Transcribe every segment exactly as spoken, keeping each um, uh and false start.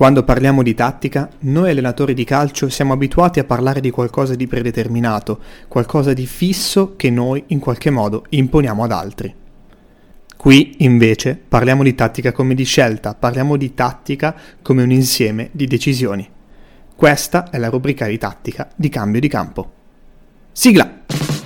Quando parliamo di tattica, noi allenatori di calcio siamo abituati a parlare di qualcosa di predeterminato, qualcosa di fisso che noi in qualche modo imponiamo ad altri. Qui, invece, parliamo di tattica come di scelta, parliamo di tattica come un insieme di decisioni. Questa è la rubrica di tattica di Cambio di Campo. Sigla!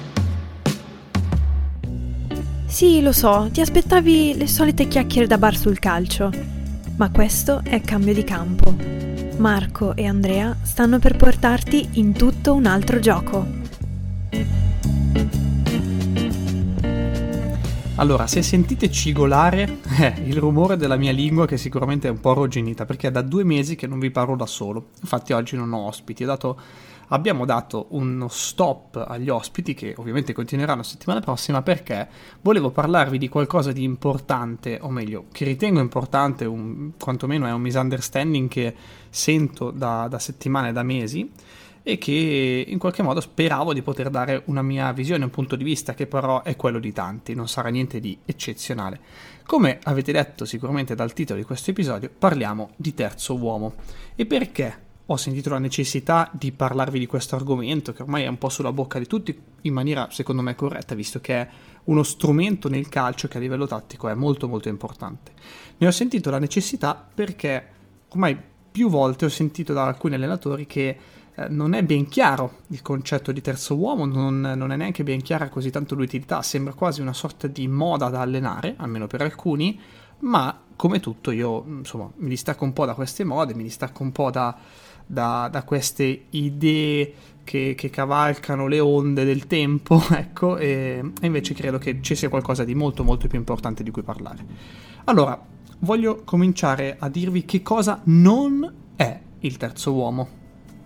Sì, lo so, ti aspettavi le solite chiacchiere da bar sul calcio. Ma questo è Cambio di Campo. Marco e Andrea stanno per portarti in tutto un altro gioco. Allora, se sentite cigolare, è il rumore della mia lingua che sicuramente è un po' arrugginita, perché è da due mesi che non vi parlo da solo. Infatti oggi non ho ospiti, ho dato, abbiamo dato uno stop agli ospiti, che ovviamente continueranno la settimana prossima, perché volevo parlarvi di qualcosa di importante, o meglio, che ritengo importante, un, quantomeno è un misunderstanding che sento da, da settimane, da mesi, e che in qualche modo speravo di poter dare una mia visione, un punto di vista che però è quello di tanti, non sarà niente di eccezionale. Come avete letto sicuramente dal titolo di questo episodio, parliamo di terzo uomo. E perché ho sentito la necessità di parlarvi di questo argomento, che ormai è un po' sulla bocca di tutti, in maniera secondo me corretta, visto che è uno strumento nel calcio che a livello tattico è molto molto importante. Ne ho sentito la necessità perché ormai più volte ho sentito da alcuni allenatori che Eh, non è ben chiaro il concetto di terzo uomo, non, non è neanche ben chiara così tanto l'utilità, sembra quasi una sorta di moda da allenare, almeno per alcuni, ma come tutto io insomma mi distacco un po' da queste mode, mi distacco un po' da, da, da queste idee che, che cavalcano le onde del tempo, ecco, e, e invece credo che ci sia qualcosa di molto molto più importante di cui parlare. Allora, voglio cominciare a dirvi che cosa non è il terzo uomo.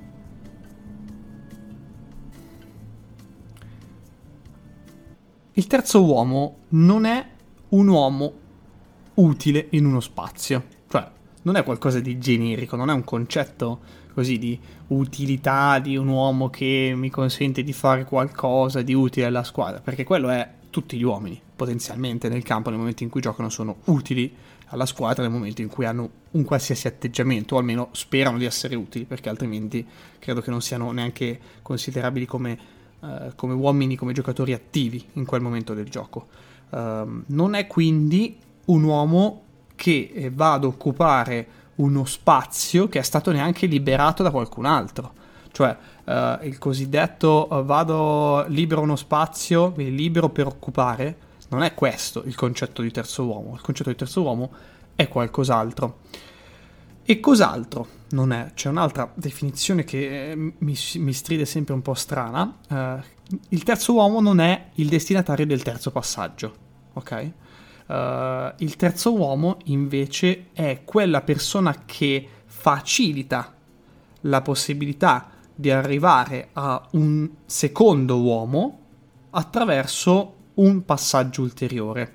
Il terzo uomo non è un uomo utile in uno spazio, cioè non è qualcosa di generico, non è un concetto così di utilità di un uomo che mi consente di fare qualcosa di utile alla squadra, perché quello è tutti gli uomini, potenzialmente nel campo nel momento in cui giocano sono utili alla squadra, nel momento in cui hanno un qualsiasi atteggiamento, o almeno sperano di essere utili, perché altrimenti credo che non siano neanche considerabili come Uh, come uomini, come giocatori attivi in quel momento del gioco. Uh, non è quindi un uomo che eh, va ad occupare uno spazio che è stato neanche liberato da qualcun altro, cioè uh, il cosiddetto uh, vado libero uno spazio, quindi libero per occupare. Non è questo il concetto di terzo uomo. Il concetto di terzo uomo è qualcos'altro. E cos'altro non è? C'è un'altra definizione che mi, mi stride sempre un po' strana. Uh, il terzo uomo non è il destinatario del terzo passaggio, ok? Uh, il terzo uomo invece è quella persona che facilita la possibilità di arrivare a un secondo uomo attraverso un passaggio ulteriore.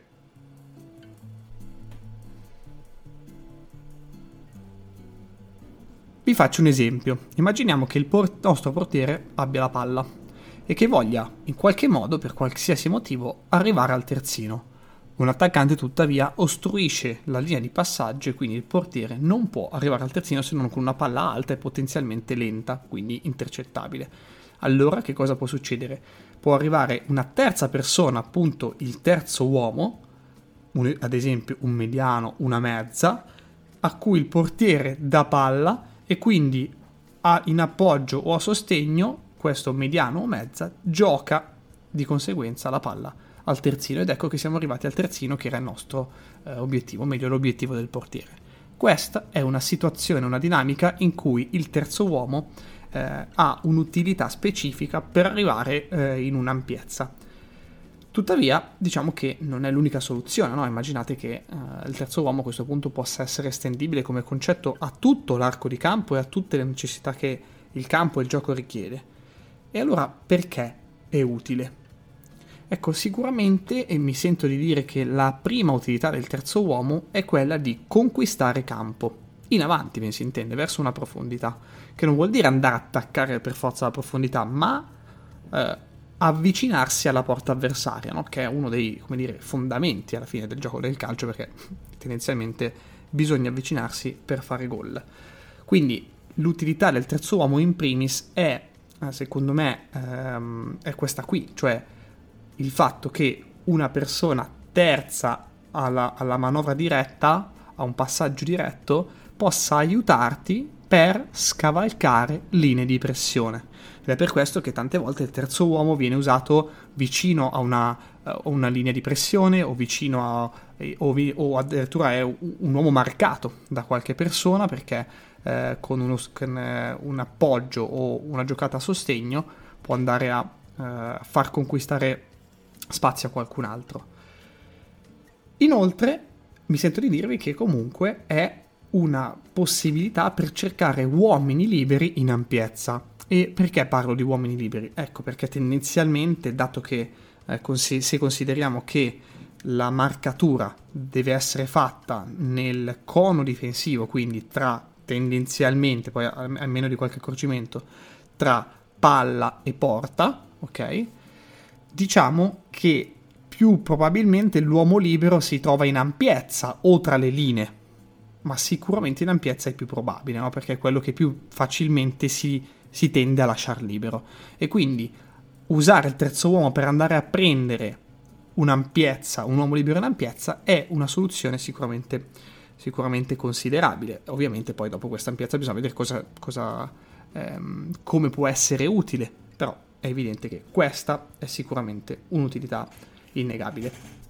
Vi faccio un esempio. Immaginiamo che il por- nostro portiere abbia la palla e che voglia, in qualche modo, per qualsiasi motivo, arrivare al terzino. Un attaccante, tuttavia, ostruisce la linea di passaggio e quindi il portiere non può arrivare al terzino se non con una palla alta e potenzialmente lenta, quindi intercettabile. Allora, che cosa può succedere? Può arrivare una terza persona, appunto il terzo uomo, un, ad esempio un mediano, una mezza, a cui il portiere dà palla e quindi a, in appoggio o a sostegno questo mediano o mezza gioca di conseguenza la palla al terzino, ed ecco che siamo arrivati al terzino, che era il nostro eh, obiettivo, o meglio l'obiettivo del portiere. Questa è una situazione, una dinamica in cui il terzo uomo eh, ha un'utilità specifica per arrivare eh, in un'ampiezza. Tuttavia, diciamo che non è l'unica soluzione, no? Immaginate che uh, il terzo uomo a questo punto possa essere estendibile come concetto a tutto l'arco di campo e a tutte le necessità che il campo e il gioco richiede. E allora perché è utile? Ecco, sicuramente, e mi sento di dire che la prima utilità del terzo uomo è quella di conquistare campo, in avanti, ben si intende, verso una profondità, che non vuol dire andare a attaccare per forza la profondità, ma Uh, avvicinarsi alla porta avversaria, no? Che è uno dei, come dire, fondamenti alla fine del gioco del calcio, perché tendenzialmente bisogna avvicinarsi per fare gol. Quindi l'utilità del terzo uomo in primis è, secondo me, ehm, è questa qui, cioè il fatto che una persona terza alla, alla manovra diretta, a un passaggio diretto, possa aiutarti per scavalcare linee di pressione. Ed è per questo che tante volte il terzo uomo viene usato vicino a una, uh, una linea di pressione o vicino a eh, o, vi, o addirittura è un, un uomo marcato da qualche persona, perché eh, con, uno, con eh, un appoggio o una giocata a sostegno può andare a eh, far conquistare spazio a qualcun altro. Inoltre mi sento di dirvi che comunque è una possibilità per cercare uomini liberi in ampiezza. E perché parlo di uomini liberi? Ecco, perché tendenzialmente, dato che eh, cons- se consideriamo che la marcatura deve essere fatta nel cono difensivo, quindi tra tendenzialmente, poi a meno di qualche accorgimento, tra palla e porta, ok? Diciamo che più probabilmente l'uomo libero si trova in ampiezza o tra le linee, ma sicuramente in ampiezza è più probabile, no? Perché è quello che più facilmente si, si tende a lasciar libero. E quindi usare il terzo uomo per andare a prendere un'ampiezza, un uomo libero in ampiezza, è una soluzione sicuramente, sicuramente considerabile. Ovviamente poi dopo questa ampiezza bisogna vedere cosa, cosa, ehm, come può essere utile, però è evidente che questa è sicuramente un'utilità innegabile.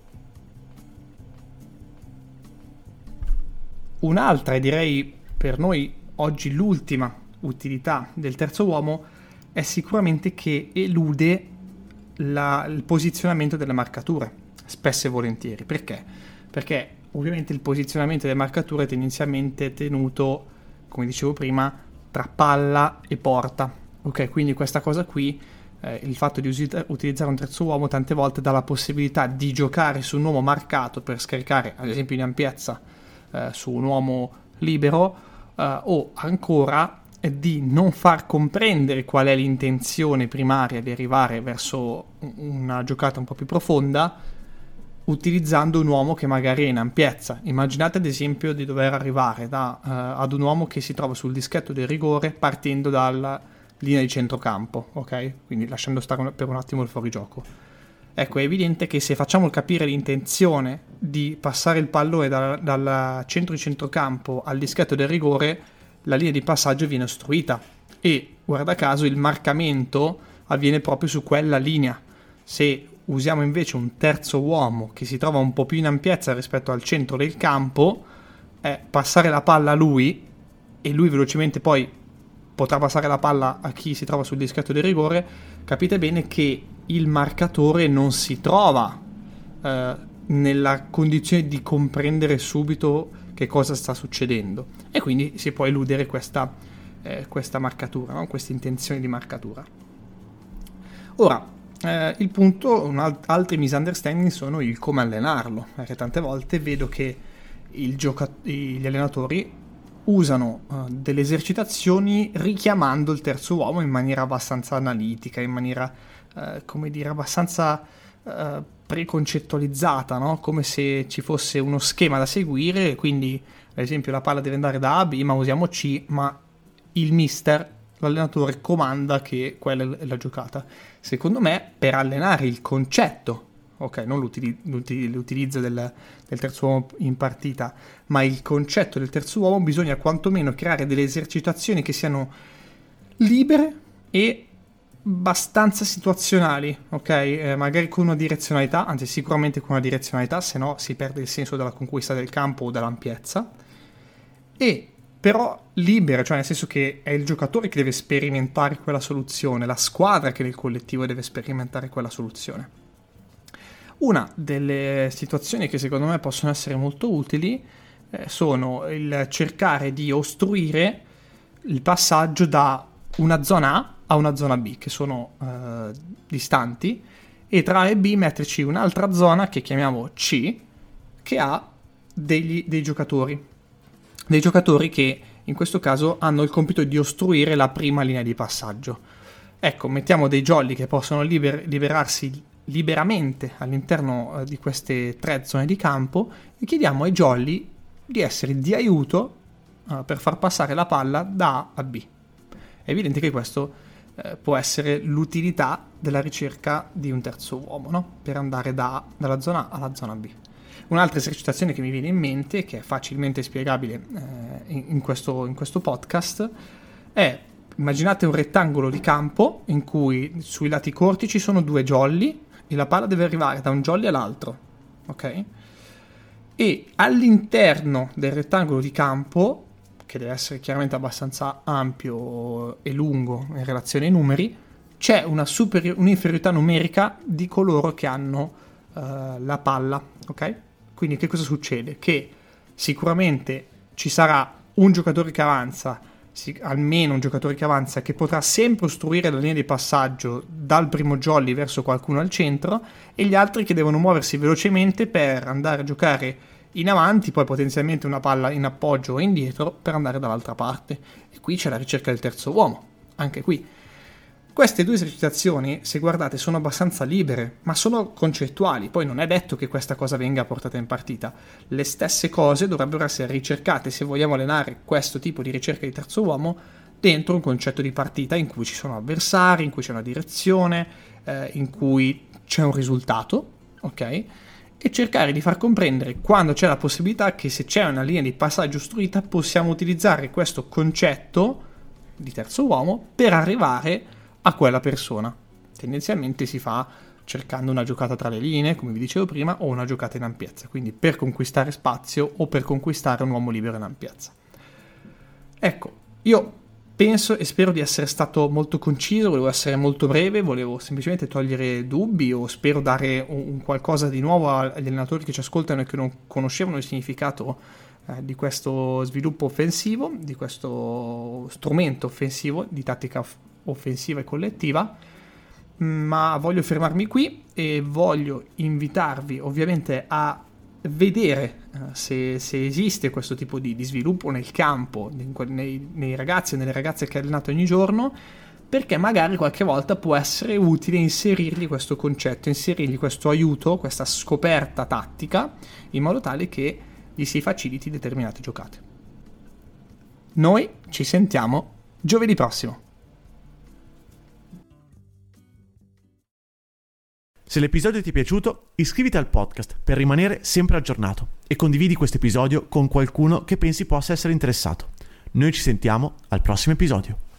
Un'altra, e direi per noi oggi l'ultima utilità del terzo uomo, è sicuramente che elude la, il posizionamento delle marcature, spesso e volentieri. Perché? Perché ovviamente il posizionamento delle marcature è tendenzialmente tenuto, come dicevo prima, tra palla e porta. Ok, quindi questa cosa qui, eh, il fatto di us- utilizzare un terzo uomo tante volte dà la possibilità di giocare su un uomo marcato per scaricare, ad esempio in ampiezza, eh, su un uomo libero, eh, o ancora di non far comprendere qual è l'intenzione primaria di arrivare verso una giocata un po' più profonda, utilizzando un uomo che magari è in ampiezza. Immaginate ad esempio di dover arrivare da, uh, ad un uomo che si trova sul dischetto del rigore partendo dalla linea di centrocampo, ok? Quindi lasciando stare per un attimo il fuorigioco. Ecco, è evidente che se facciamo capire l'intenzione di passare il pallone da, dal centro di centrocampo al dischetto del rigore, la linea di passaggio viene ostruita e, guarda caso, il marcamento avviene proprio su quella linea. Se usiamo invece un terzo uomo che si trova un po' più in ampiezza rispetto al centro del campo, è passare la palla a lui e lui velocemente poi potrà passare la palla a chi si trova sul dischetto del rigore, capite bene che il marcatore non si trova eh, nella condizione di comprendere subito che cosa sta succedendo, e quindi si può eludere questa, eh, questa marcatura, no? Questa intenzione di marcatura. Ora, eh, il punto, un alt- altri misunderstanding sono il come allenarlo, perché tante volte vedo che il gioca- gli allenatori usano uh, delle esercitazioni richiamando il terzo uomo in maniera abbastanza analitica, in maniera, uh, come dire, abbastanza uh, preconcettualizzata, no? Come se ci fosse uno schema da seguire, quindi ad esempio la palla deve andare da A a B, ma usiamo C, ma il mister, l'allenatore, comanda che quella è la giocata. Secondo me, per allenare il concetto, ok, non l'utili- l'util- l'utilizzo del, del terzo uomo in partita, ma il concetto del terzo uomo, bisogna quantomeno creare delle esercitazioni che siano libere e abbastanza situazionali, ok? Eh, magari con una direzionalità, anzi sicuramente con una direzionalità, se no si perde il senso della conquista del campo o dell'ampiezza, e però libere, cioè nel senso che è il giocatore che deve sperimentare quella soluzione, la squadra che nel collettivo deve sperimentare quella soluzione. Una delle situazioni che secondo me possono essere molto utili eh, sono il cercare di ostruire il passaggio da una zona A a una zona B, che sono eh, distanti, e tra A e B metterci un'altra zona che chiamiamo C, che ha degli, dei giocatori, dei giocatori che in questo caso hanno il compito di ostruire la prima linea di passaggio. Ecco, mettiamo dei jolly che possono liber- liberarsi liberamente all'interno eh, di queste tre zone di campo e chiediamo ai jolly di essere di aiuto uh, per far passare la palla da A a B. È evidente che questo eh, può essere l'utilità della ricerca di un terzo uomo, no? Per andare da, dalla zona A alla zona B. Un'altra esercitazione che mi viene in mente, che è facilmente spiegabile eh, in, in, questo, in questo podcast, è: immaginate un rettangolo di campo in cui sui lati corti ci sono due jolly e la palla deve arrivare da un jolly all'altro, ok? E all'interno del rettangolo di campo, che deve essere chiaramente abbastanza ampio e lungo in relazione ai numeri, c'è una superi- un'inferiorità numerica di coloro che hanno uh, la palla, ok? Quindi che cosa succede? Che sicuramente ci sarà un giocatore che avanza, sì, almeno un giocatore che avanza, che potrà sempre ostruire la linea di passaggio dal primo jolly verso qualcuno al centro, e gli altri che devono muoversi velocemente per andare a giocare in avanti, poi potenzialmente una palla in appoggio o indietro per andare dall'altra parte. E qui c'è la ricerca del terzo uomo, anche qui. Queste due esercitazioni, se guardate, sono abbastanza libere, ma sono concettuali. Poi non è detto che questa cosa venga portata in partita. Le stesse cose dovrebbero essere ricercate, se vogliamo allenare questo tipo di ricerca di terzo uomo, dentro un concetto di partita in cui ci sono avversari, in cui c'è una direzione, eh, in cui c'è un risultato, ok? E cercare di far comprendere, quando c'è la possibilità, che se c'è una linea di passaggio ostruita possiamo utilizzare questo concetto di terzo uomo per arrivare a quella persona. Tendenzialmente si fa cercando una giocata tra le linee, come vi dicevo prima, o una giocata in ampiezza, quindi per conquistare spazio o per conquistare un uomo libero in ampiezza. Ecco, io penso e spero di essere stato molto conciso, volevo essere molto breve, volevo semplicemente togliere dubbi, o spero dare un, un qualcosa di nuovo agli allenatori che ci ascoltano e che non conoscevano il significato eh, di questo sviluppo offensivo, di questo strumento offensivo di tattica off- offensiva e collettiva. Ma voglio fermarmi qui e voglio invitarvi ovviamente a vedere uh, se, se esiste questo tipo di, di sviluppo nel campo, nei, nei ragazzi e nelle ragazze che allenate ogni giorno, perché magari qualche volta può essere utile inserirgli questo concetto, inserirgli questo aiuto, questa scoperta tattica, in modo tale che gli si faciliti determinate giocate. Noi ci sentiamo giovedì prossimo. Se l'episodio ti è piaciuto, iscriviti al podcast per rimanere sempre aggiornato e condividi questo episodio con qualcuno che pensi possa essere interessato. Noi ci sentiamo al prossimo episodio.